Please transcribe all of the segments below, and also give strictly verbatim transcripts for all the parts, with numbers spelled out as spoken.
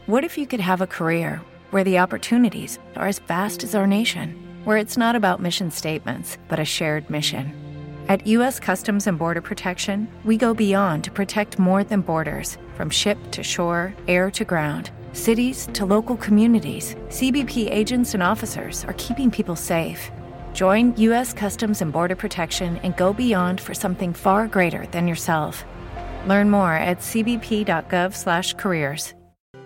What if you could have a career where the opportunities are as vast as our nation, where it's not about mission statements, but a shared mission? At U S Customs and Border Protection, we go beyond to protect more than borders. From ship to shore, air to ground, cities to local communities, C B P agents and officers are keeping people safe. Join U S Customs and Border Protection and go beyond for something far greater than yourself. Learn more at c b p dot gov slash careers.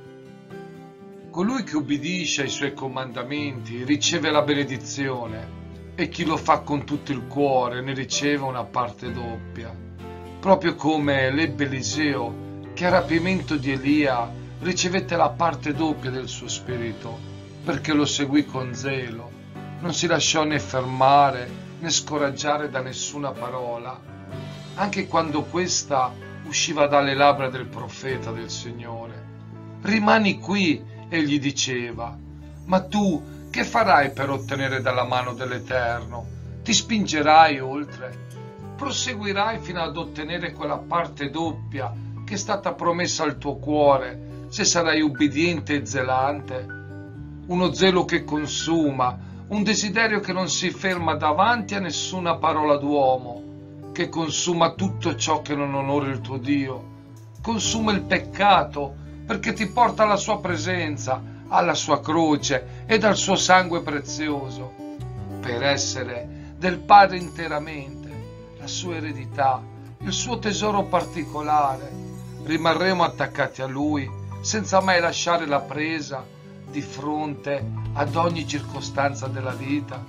Colui che ubbidisce ai suoi comandamenti riceve la benedizione, e chi lo fa con tutto il cuore ne riceve una parte doppia. Proprio come l'ebbe Eliseo, che al rapimento di Elia ricevette la parte doppia del suo spirito, perché lo seguì con zelo, non si lasciò né fermare né scoraggiare da nessuna parola, anche quando questa usciva dalle labbra del profeta del Signore. Rimani qui, egli diceva, ma tu che farai per ottenere dalla mano dell'Eterno? Ti spingerai oltre? Proseguirai fino ad ottenere quella parte doppia che è stata promessa al tuo cuore, se sarai ubbidiente e zelante? Uno zelo che consuma, un desiderio che non si ferma davanti a nessuna parola d'uomo, che consuma tutto ciò che non onora il tuo Dio, consuma il peccato perché ti porta alla sua presenza, alla sua croce ed al suo sangue prezioso, per essere del Padre interamente, la sua eredità, il suo tesoro particolare. Rimarremo attaccati a Lui senza mai lasciare la presa di fronte ad ogni circostanza della vita.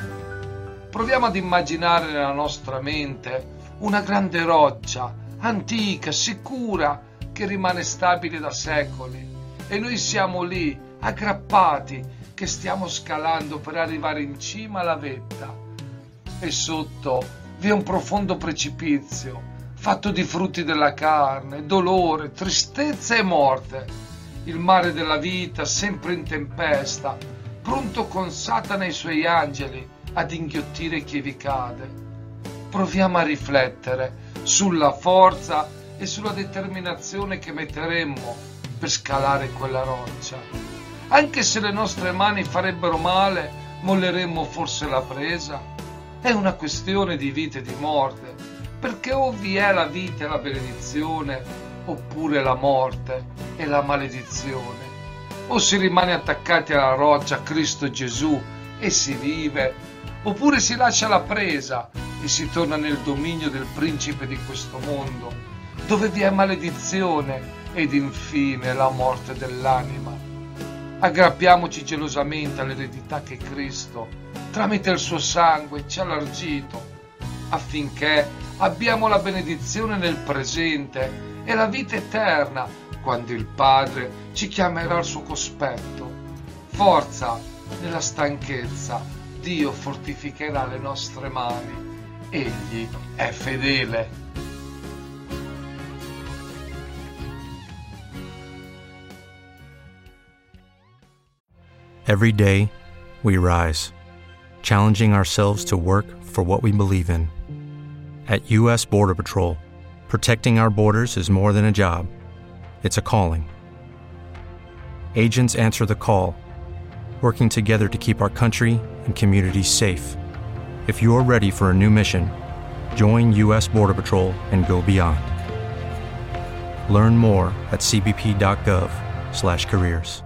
Proviamo ad immaginare nella nostra mente una grande roccia, antica, sicura, che rimane stabile da secoli, e noi siamo lì, aggrappati, che stiamo scalando per arrivare in cima alla vetta, e sotto vi è un profondo precipizio fatto di frutti della carne, dolore, tristezza e morte, il mare della vita sempre in tempesta, pronto con Satana e i suoi angeli ad inghiottire chi vi cade. Proviamo a riflettere sulla forza e sulla determinazione che metteremmo per scalare quella roccia. Anche se le nostre mani farebbero male, molleremmo forse la presa? È una questione di vita e di morte, perché o vi è la vita e la benedizione, oppure la morte e la maledizione. O si rimane attaccati alla roccia, Cristo Gesù, e si vive, oppure si lascia la presa e si torna nel dominio del principe di questo mondo, dove vi è maledizione ed infine la morte dell'anima. Aggrappiamoci gelosamente all'eredità che Cristo, tramite il suo sangue, ci ha largito, affinché abbiamo la benedizione nel presente e la vita eterna quando il Padre ci chiamerà al suo cospetto. Forza nella stanchezza, Dio fortificherà le nostre mani, Egli è fedele. Every day, we rise, challenging ourselves to work for what we believe in. At U S Border Patrol, protecting our borders is more than a job. It's a calling. Agents answer the call, working together to keep our country and communities safe. If you're ready for a new mission, join U S Border Patrol and go beyond. Learn more at c b p dot gov slash careers.